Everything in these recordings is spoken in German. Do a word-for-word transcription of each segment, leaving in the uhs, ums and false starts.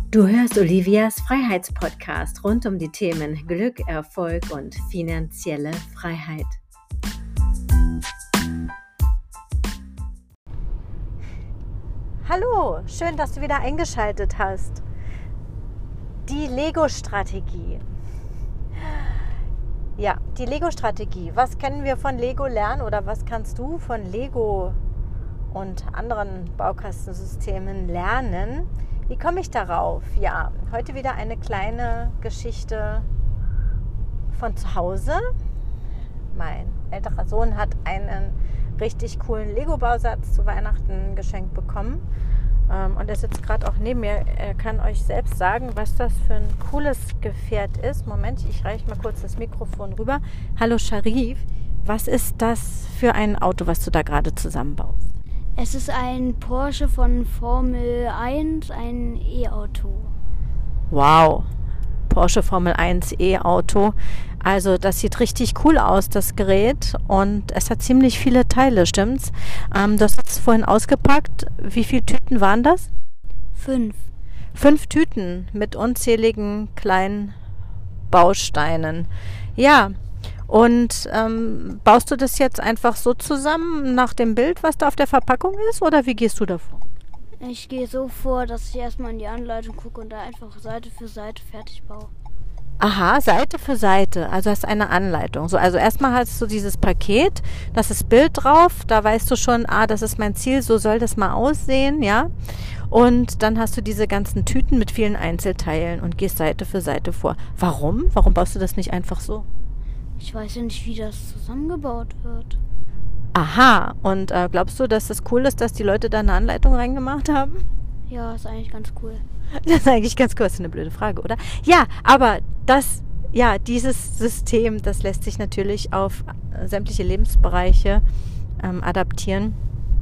Du hörst Olivias Freiheitspodcast rund um die Themen Glück, Erfolg und finanzielle Freiheit. Hallo, schön, dass du wieder eingeschaltet hast. Die Lego-Strategie. Ja, die Lego-Strategie. Was können wir von Lego lernen oder was kannst du von Lego und anderen Baukastensystemen lernen? Wie komme ich darauf? Ja, heute wieder eine kleine Geschichte von zu Hause. Mein älterer Sohn hat einen richtig coolen Lego-Bausatz zu Weihnachten geschenkt bekommen. Und er sitzt gerade auch neben mir. Er kann euch selbst sagen, was das für ein cooles Gefährt ist. Moment, ich reiche mal kurz das Mikrofon rüber. Hallo Sharif, was ist das für ein Auto, was du da gerade zusammenbaust? Es ist ein Porsche von Formel eins, ein E-Auto. Wow, Porsche Formel eins E-Auto. Also das sieht richtig cool aus, das Gerät. Und es hat ziemlich viele Teile, stimmt's? Ähm, du hast es vorhin ausgepackt. Wie viele Tüten waren das? Fünf. Fünf Tüten mit unzähligen kleinen Bausteinen. Ja, und ähm, baust du das jetzt einfach so zusammen nach dem Bild, was da auf der Verpackung ist? Oder wie gehst du davor? Ich gehe so vor, dass ich erstmal in die Anleitung gucke und da einfach Seite für Seite fertig baue. Aha, Seite für Seite, also hast eine Anleitung. So, also erstmal hast du dieses Paket, das ist Bild drauf, da weißt du schon, ah, das ist mein Ziel, so soll das mal aussehen, ja. Und dann hast du diese ganzen Tüten mit vielen Einzelteilen und gehst Seite für Seite vor. Warum? Warum baust du das nicht einfach so? Ich weiß ja nicht, wie das zusammengebaut wird. Aha, und äh, glaubst du, dass das cool ist, dass die Leute da eine Anleitung reingemacht haben? Ja, ist eigentlich ganz cool. Das ist eigentlich ganz cool, das ist eine blöde Frage, oder? Ja, aber das, ja, dieses System, das lässt sich natürlich auf sämtliche Lebensbereiche ähm, adaptieren.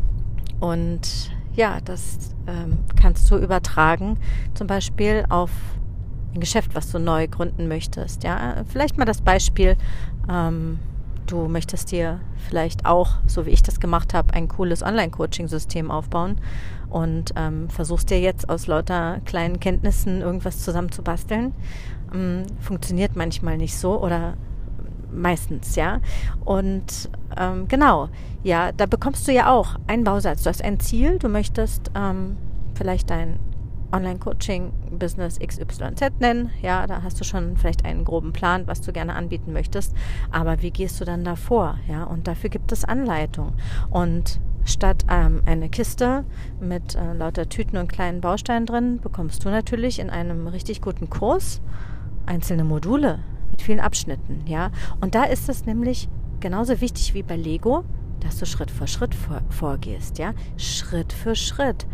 Und ja, das ähm, kannst du übertragen, zum Beispiel auf ein Geschäft, was du neu gründen möchtest. Ja, vielleicht mal das Beispiel, ähm, du möchtest dir vielleicht auch, so wie ich das gemacht habe, ein cooles Online-Coaching-System aufbauen und ähm, versuchst dir jetzt aus lauter kleinen Kenntnissen irgendwas zusammenzubasteln. Ähm, funktioniert manchmal nicht so oder meistens, ja. Und ähm, genau, ja, da bekommst du ja auch einen Bausatz. Du hast ein Ziel, du möchtest ähm, vielleicht dein Online-Coaching-Business X Y Z nennen. Ja, da hast du schon vielleicht einen groben Plan, was du gerne anbieten möchtest. Aber wie gehst du dann davor? Ja, und dafür gibt es Anleitung. Und statt ähm, eine Kiste mit äh, lauter Tüten und kleinen Bausteinen drin, bekommst du natürlich in einem richtig guten Kurs einzelne Module mit vielen Abschnitten. Ja, und da ist es nämlich genauso wichtig wie bei Lego, dass du Schritt für Schritt vor, vorgehst. Ja, Schritt für Schritt.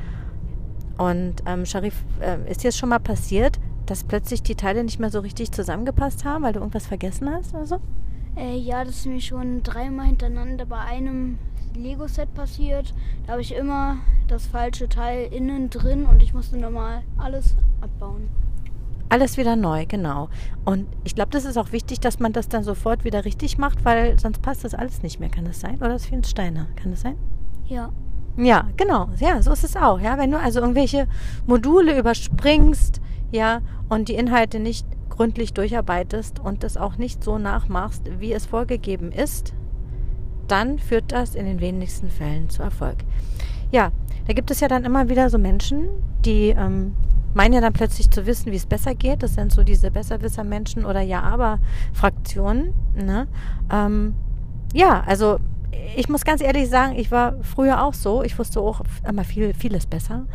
Und ähm, Sharif, äh, ist dir das schon mal passiert, dass plötzlich die Teile nicht mehr so richtig zusammengepasst haben, weil du irgendwas vergessen hast oder so? Äh, ja, das ist mir schon dreimal hintereinander bei einem Lego-Set passiert. Da habe ich immer das falsche Teil innen drin und ich musste nochmal alles abbauen. Alles wieder neu, genau. Und ich glaube, das ist auch wichtig, dass man das dann sofort wieder richtig macht, weil sonst passt das alles nicht mehr. Kann das sein? Oder es fehlen Steine? Kann das sein? Ja. Ja, genau. Ja, so ist es auch. Ja, wenn du also irgendwelche Module überspringst, ja, und die Inhalte nicht gründlich durcharbeitest und das auch nicht so nachmachst, wie es vorgegeben ist, dann führt das in den wenigsten Fällen zu Erfolg. Ja, da gibt es ja dann immer wieder so Menschen, die ähm, meinen ja dann plötzlich zu wissen, wie es besser geht. Das sind so diese Besserwisser-Menschen oder Ja-Aber-Fraktionen. Ne? Ähm, ja, also ich muss ganz ehrlich sagen, ich war früher auch so. Ich wusste auch immer viel, vieles besser.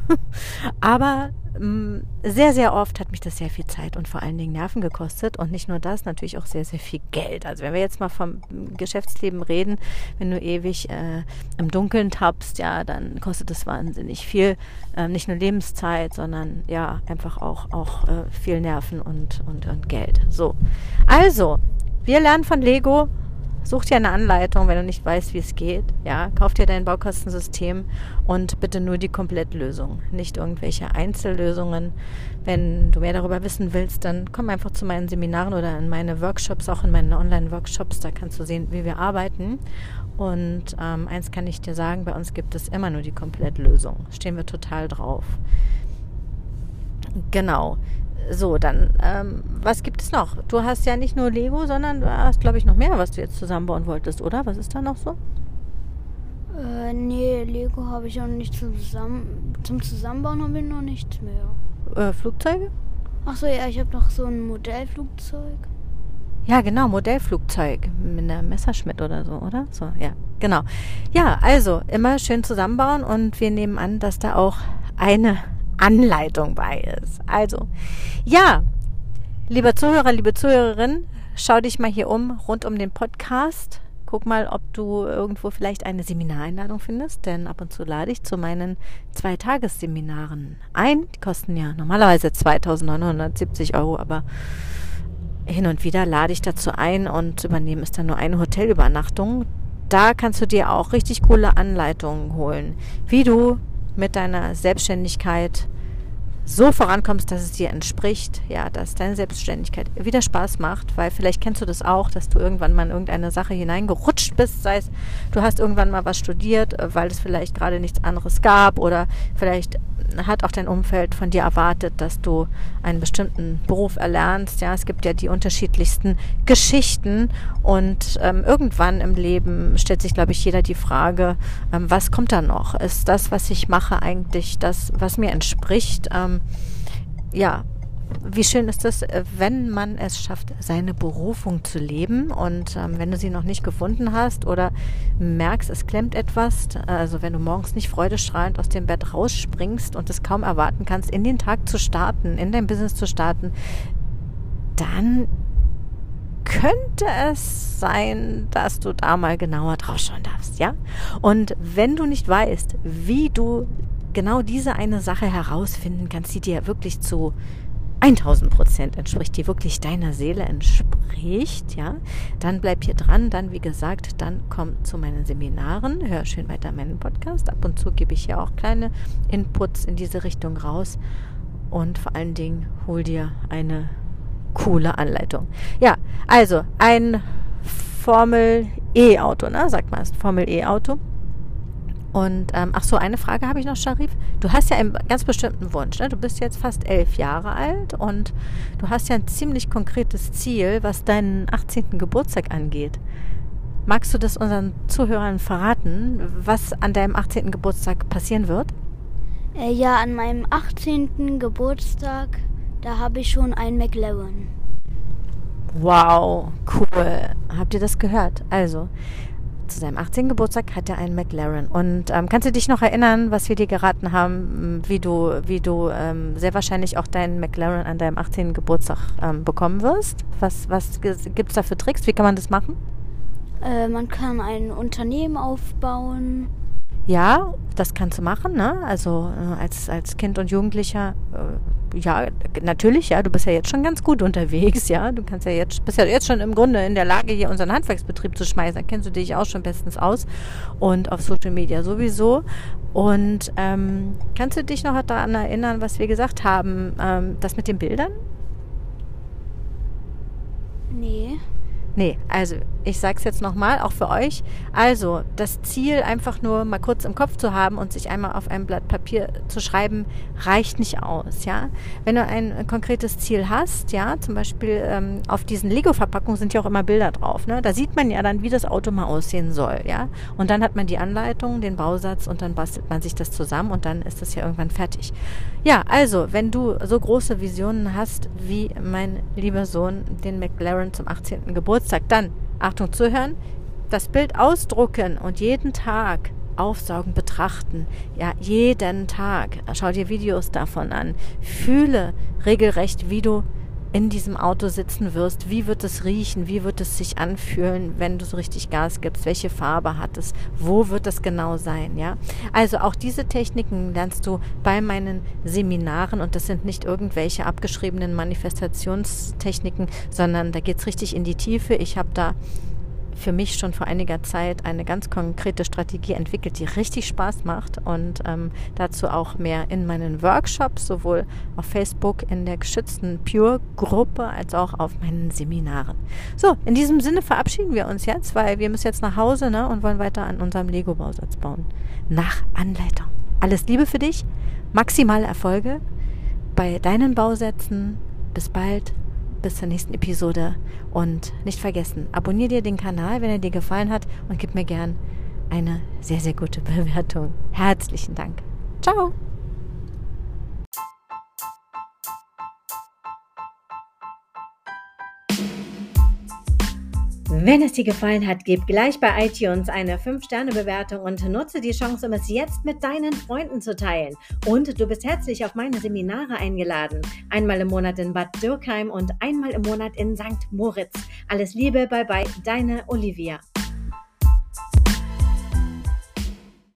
Aber mh, sehr, sehr oft hat mich das sehr viel Zeit und vor allen Dingen Nerven gekostet. Und nicht nur das, natürlich auch sehr, sehr viel Geld. Also wenn wir jetzt mal vom Geschäftsleben reden, wenn du ewig äh, im Dunkeln tappst, ja, dann kostet es wahnsinnig viel. Äh, nicht nur Lebenszeit, sondern ja, einfach auch, auch äh, viel Nerven und, und, und Geld. So, also, wir lernen von Lego. Such dir eine Anleitung, wenn du nicht weißt, wie es geht. Ja, kauf dir dein Baukastensystem und bitte nur die Komplettlösung, nicht irgendwelche Einzellösungen. Wenn du mehr darüber wissen willst, dann komm einfach zu meinen Seminaren oder in meine Workshops, auch in meine Online-Workshops. Da kannst du sehen, wie wir arbeiten. Und ähm, eins kann ich dir sagen, bei uns gibt es immer nur die Komplettlösung. Stehen wir total drauf. Genau. So, dann, ähm, was gibt es noch? Du hast ja nicht nur Lego, sondern du hast, glaube ich, noch mehr, was du jetzt zusammenbauen wolltest, oder? Was ist da noch so? Äh, nee, Lego habe ich auch nicht zusammen. Zum Zusammenbauen habe ich noch nichts mehr. Äh, Flugzeuge? Ach so, ja, ich habe noch so ein Modellflugzeug. Ja, genau, Modellflugzeug mit einer Messerschmitt oder so, oder? So, ja, genau. Ja, also immer schön zusammenbauen und wir nehmen an, dass da auch eine Anleitung bei ist. Also, ja, lieber Zuhörer, liebe Zuhörerin, schau dich mal hier um, rund um den Podcast. Guck mal, ob du irgendwo vielleicht eine Seminareinladung findest, denn ab und zu lade ich zu meinen Zweitagesseminaren ein. Die kosten ja normalerweise zweitausendneunhundertsiebzig Euro, aber hin und wieder lade ich dazu ein und übernehme es dann nur eine Hotelübernachtung. Da kannst du dir auch richtig coole Anleitungen holen, wie du mit deiner Selbstständigkeit so vorankommst, dass es dir entspricht, ja, dass deine Selbstständigkeit wieder Spaß macht, weil vielleicht kennst du das auch, dass du irgendwann mal in irgendeine Sache hineingerutscht bist, sei es, du hast irgendwann mal was studiert, weil es vielleicht gerade nichts anderes gab oder vielleicht hat auch dein Umfeld von dir erwartet, dass du einen bestimmten Beruf erlernst, ja, es gibt ja die unterschiedlichsten Geschichten und ähm, irgendwann im Leben stellt sich, glaube ich, jeder die Frage, ähm, was kommt da noch? Ist das, was ich mache, eigentlich das, was mir entspricht? Ähm, ja, wie schön ist es, wenn man es schafft, seine Berufung zu leben und ähm, wenn du sie noch nicht gefunden hast oder merkst, es klemmt etwas, also wenn du morgens nicht freudestrahlend aus dem Bett rausspringst und es kaum erwarten kannst, in den Tag zu starten, in dein Business zu starten, dann könnte es sein, dass du da mal genauer drauf schauen darfst, ja? Und wenn du nicht weißt, wie du genau diese eine Sache herausfinden kannst, die dir wirklich zu tausend Prozent entspricht, die wirklich deiner Seele entspricht, ja, dann bleib hier dran, dann, wie gesagt, dann komm zu meinen Seminaren, hör schön weiter meinen Podcast, ab und zu gebe ich ja auch kleine Inputs in diese Richtung raus und vor allen Dingen hol dir eine coole Anleitung. Ja, also ein Formel-E-Auto, ne, sagt man, ist ein Formel-E-Auto. Und, ähm, ach so, eine Frage habe ich noch, Sharif. Du hast ja einen ganz bestimmten Wunsch, ne? Du bist jetzt fast elf Jahre alt und du hast ja ein ziemlich konkretes Ziel, was deinen achtzehnten Geburtstag angeht. Magst du das unseren Zuhörern verraten, was an deinem achtzehnten Geburtstag passieren wird? Äh, ja, an meinem achtzehnten Geburtstag, da habe ich schon einen McLaren. Wow, cool. Habt ihr das gehört? Also, zu seinem achtzehnten Geburtstag hat er einen McLaren. Und ähm, kannst du dich noch erinnern, was wir dir geraten haben, wie du, wie du ähm, sehr wahrscheinlich auch deinen McLaren an deinem achtzehnten Geburtstag ähm, bekommen wirst? Was, was gibt es da für Tricks? Wie kann man das machen? Äh, man kann ein Unternehmen aufbauen. Ja, das kannst du machen, ne? Also äh, als, als Kind und Jugendlicher, äh, ja, natürlich, ja, du bist ja jetzt schon ganz gut unterwegs, ja. Du kannst ja jetzt, bist ja jetzt schon im Grunde in der Lage, hier unseren Handwerksbetrieb zu schmeißen. Da kennst du dich auch schon bestens aus. Und auf Social Media sowieso. Und ähm, kannst du dich noch daran erinnern, was wir gesagt haben, ähm, das mit den Bildern? Nee. Nee, also ich sag's jetzt nochmal, auch für euch. Also das Ziel einfach nur mal kurz im Kopf zu haben und sich einmal auf ein Blatt Papier zu schreiben, reicht nicht aus, ja. Wenn du ein konkretes Ziel hast, ja, zum Beispiel ähm, auf diesen Lego-Verpackungen sind ja auch immer Bilder drauf, ne? Da sieht man ja dann, wie das Auto mal aussehen soll, ja. Und dann hat man die Anleitung, den Bausatz und dann bastelt man sich das zusammen und dann ist das ja irgendwann fertig. Ja, also, wenn du so große Visionen hast, wie mein lieber Sohn den McLaren zum achtzehnten Geburtstag, dann, Achtung, zuhören, das Bild ausdrucken und jeden Tag aufsaugen, betrachten. Ja, jeden Tag. Schau dir Videos davon an. Fühle regelrecht, wie du in diesem Auto sitzen wirst. Wie wird es riechen? Wie wird es sich anfühlen, wenn du so richtig Gas gibst? Welche Farbe hat es? Wo wird es genau sein? Ja, also auch diese Techniken lernst du bei meinen Seminaren und das sind nicht irgendwelche abgeschriebenen Manifestationstechniken, sondern da geht es richtig in die Tiefe. Ich habe da für mich schon vor einiger Zeit eine ganz konkrete Strategie entwickelt, die richtig Spaß macht und ähm, dazu auch mehr in meinen Workshops, sowohl auf Facebook in der geschützten Pure-Gruppe als auch auf meinen Seminaren. So, in diesem Sinne verabschieden wir uns jetzt, weil wir müssen jetzt nach Hause, ne, und wollen weiter an unserem Lego-Bausatz bauen. Nach Anleitung. Alles Liebe für dich, maximale Erfolge bei deinen Bausätzen. Bis bald, bis zur nächsten Episode. Und nicht vergessen, abonniere dir den Kanal, wenn er dir gefallen hat, und gib mir gern eine sehr, sehr gute Bewertung. Herzlichen Dank. Ciao. Wenn es dir gefallen hat, gib gleich bei iTunes eine fünf Sterne Bewertung und nutze die Chance, um es jetzt mit deinen Freunden zu teilen. Und du bist herzlich auf meine Seminare eingeladen. Einmal im Monat in Bad Dürkheim und einmal im Monat in Sankt Moritz. Alles Liebe, bye bye, deine Olivia.